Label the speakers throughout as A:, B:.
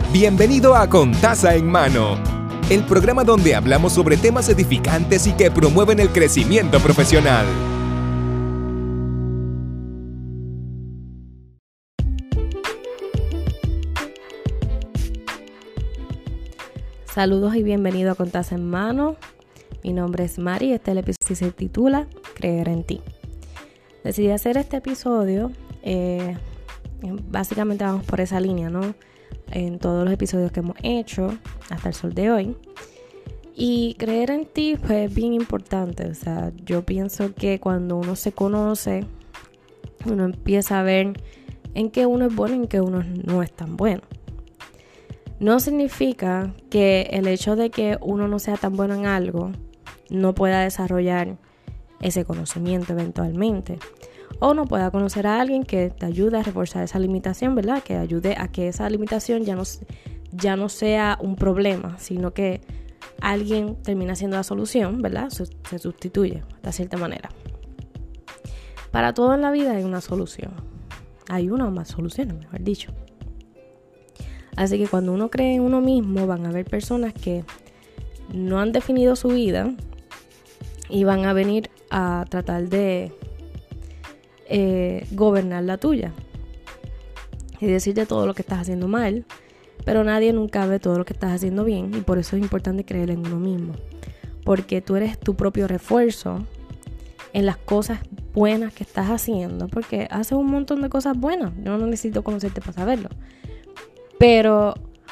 A: Bienvenido a Con Taza en Mano, el programa donde hablamos sobre temas edificantes y que promueven el crecimiento profesional.
B: Saludos y bienvenido a Con Taza en Mano. Mi nombre es Mari y este es el episodio que se titula Creer en ti. Decidí hacer este episodio, básicamente vamos por esa línea, ¿no? En todos los episodios que hemos hecho hasta el sol de hoy. Y creer en ti pues, es bien importante. O sea, yo pienso que cuando uno se conoce, uno empieza a ver en qué uno es bueno y en qué uno no es tan bueno. No significa que el hecho de que uno no sea tan bueno en algo no pueda desarrollar ese conocimiento eventualmente. O no pueda conocer a alguien que te ayude a reforzar esa limitación, ¿verdad? Que ayude a que esa limitación ya no sea un problema, sino que alguien termina siendo la solución, ¿verdad? Se sustituye de cierta manera. Para todo en la vida hay una solución. Hay una o más soluciones, mejor dicho. Así que cuando uno cree en uno mismo, van a haber personas que no han definido su vida y van a venir a tratar de gobernar la tuya y decirte todo lo que estás haciendo mal, pero nadie nunca ve todo lo que estás haciendo bien, y por eso es importante creer en uno mismo, porque tú eres tu propio refuerzo en las cosas buenas que estás haciendo, porque haces un montón de cosas buenas. Yo no necesito conocerte para saberlo, pero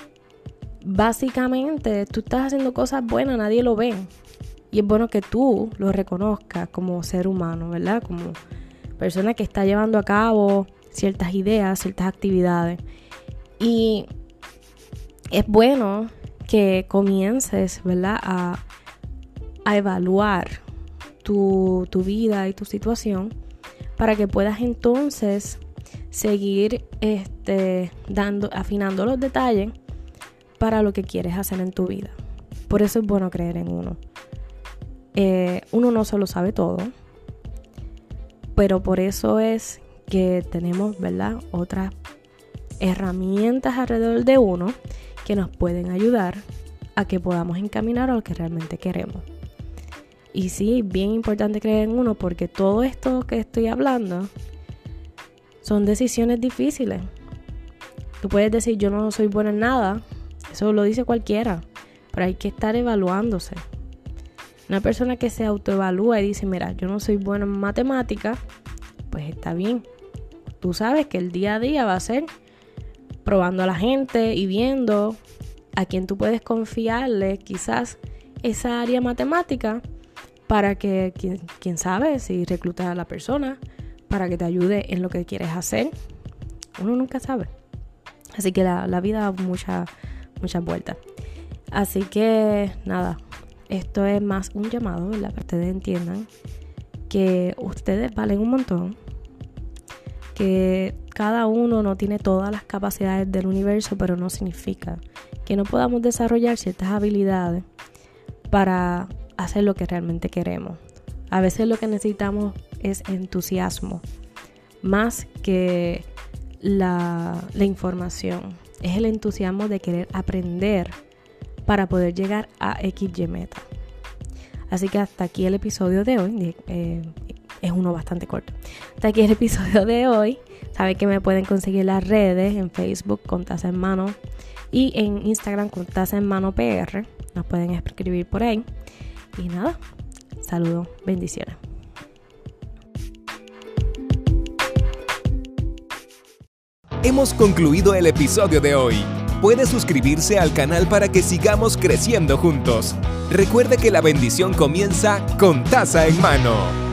B: básicamente tú estás haciendo cosas buenas, nadie lo ve, y es bueno que tú lo reconozcas como ser humano, ¿verdad? Como persona que está llevando a cabo ciertas ideas, ciertas actividades. Y es bueno que comiences, ¿verdad?, a evaluar tu vida y tu situación para que puedas entonces seguir afinando los detalles para lo que quieres hacer en tu vida. Por eso es bueno creer en uno. Uno no se lo sabe todo, pero por eso es que tenemos, ¿verdad?, otras herramientas alrededor de uno que nos pueden ayudar a que podamos encaminar a lo que realmente queremos. Y sí, bien importante creer en uno, porque todo esto que estoy hablando son decisiones difíciles. Tú puedes decir, yo no soy buena en nada. Eso lo dice cualquiera, pero hay que estar evaluándose. Una persona que se autoevalúa y dice, mira, yo no soy buena en matemáticas, pues está bien. Tú sabes que el día a día va a ser probando a la gente y viendo a quién tú puedes confiarle quizás esa área matemática para que, quién sabe, si reclutas a la persona para que te ayude en lo que quieres hacer. Uno nunca sabe. Así que la vida da muchas vueltas. Así que nada, esto es más un llamado, ¿verdad?, para que ustedes entiendan que ustedes valen un montón, que cada uno no tiene todas las capacidades del universo, pero no significa que no podamos desarrollar ciertas habilidades para hacer lo que realmente queremos. A veces lo que necesitamos es entusiasmo, más que la información. Es el entusiasmo de querer aprender para poder llegar a XY meta. Así que hasta aquí el episodio de hoy. Es uno bastante corto. Hasta aquí el episodio de hoy. Saben que me pueden conseguir en las redes, en Facebook Con Taza en Mano y en Instagram Con Taza en Mano PR. Nos pueden escribir por ahí. Y nada, saludos, bendiciones.
A: Hemos concluido el episodio de hoy. Puede suscribirse al canal para que sigamos creciendo juntos. Recuerde que la bendición comienza con Taza en Mano.